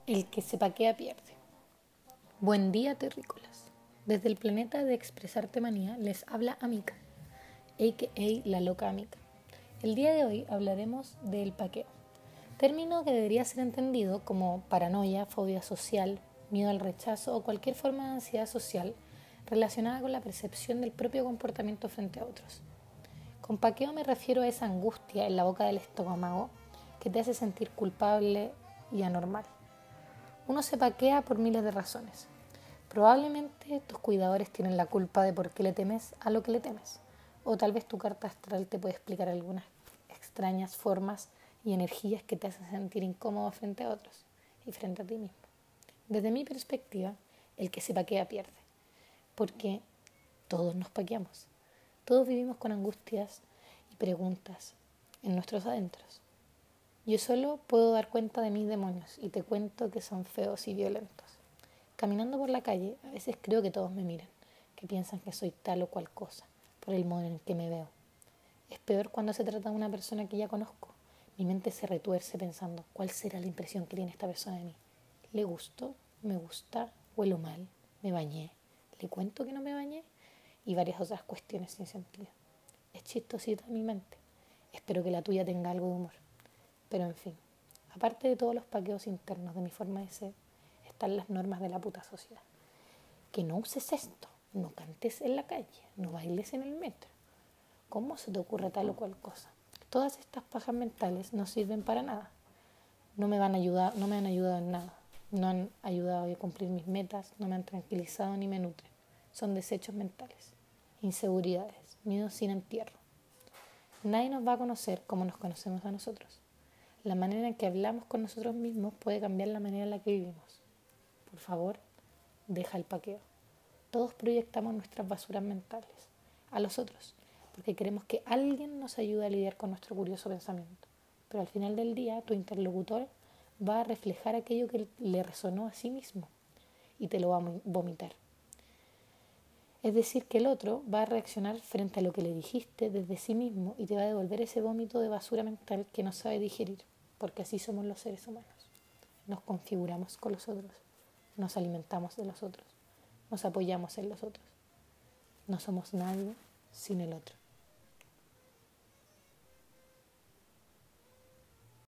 El que se paquea pierde. Buen día, terrícolas. Desde el planeta de Expresarte Manía les habla Amica, a.k.a. la loca Amica. El día de hoy hablaremos del paqueo, término que debería ser entendido como paranoia, fobia social, miedo al rechazo o cualquier forma de ansiedad social relacionada con la percepción del propio comportamiento frente a otros. Con paqueo me refiero a esa angustia en la boca del estómago que te hace sentir culpable y anormal. Uno se paquea por miles de razones. Probablemente tus cuidadores tienen la culpa de por qué le temes a lo que le temes. O tal vez tu carta astral te puede explicar algunas extrañas formas y energías que te hacen sentir incómodo frente a otros y frente a ti mismo. Desde mi perspectiva, el que se paquea pierde. Porque todos nos paqueamos. Todos vivimos con angustias y preguntas en nuestros adentros. Yo solo puedo dar cuenta de mis demonios y te cuento que son feos y violentos. Caminando por la calle, a veces creo que todos me miran, que piensan que soy tal o cual cosa, por el modo en el que me veo. Es peor cuando se trata de una persona que ya conozco. Mi mente se retuerce pensando, ¿cuál será la impresión que tiene esta persona de mí? ¿Le gusto? ¿Me gusta? ¿Huelo mal? ¿Me bañé? ¿Le cuento que no me bañé? Y varias otras cuestiones sin sentido. Es chistosita mi mente. Espero que la tuya tenga algo de humor. Pero en fin, aparte de todos los paqueos internos de mi forma de ser, están las normas de la puta sociedad. Que no uses esto, no cantes en la calle, no bailes en el metro. ¿Cómo se te ocurre tal o cual cosa? Todas estas pajas mentales no sirven para nada. No me han ayudado en nada. No han ayudado a cumplir mis metas, no me han tranquilizado ni me nutren. Son desechos mentales, inseguridades, miedos sin entierro. Nadie nos va a conocer como nos conocemos a nosotros. La manera en que hablamos con nosotros mismos puede cambiar la manera en la que vivimos. Por favor, deja el paqueo. Todos proyectamos nuestras basuras mentales a los otros, porque queremos que alguien nos ayude a lidiar con nuestro curioso pensamiento. Pero al final del día, tu interlocutor va a reflejar aquello que le resonó a sí mismo y te lo va a vomitar. Es decir, que el otro va a reaccionar frente a lo que le dijiste desde sí mismo y te va a devolver ese vómito de basura mental que no sabe digerir, porque así somos los seres humanos. Nos configuramos con los otros, nos alimentamos de los otros, nos apoyamos en los otros. No somos nadie sin el otro.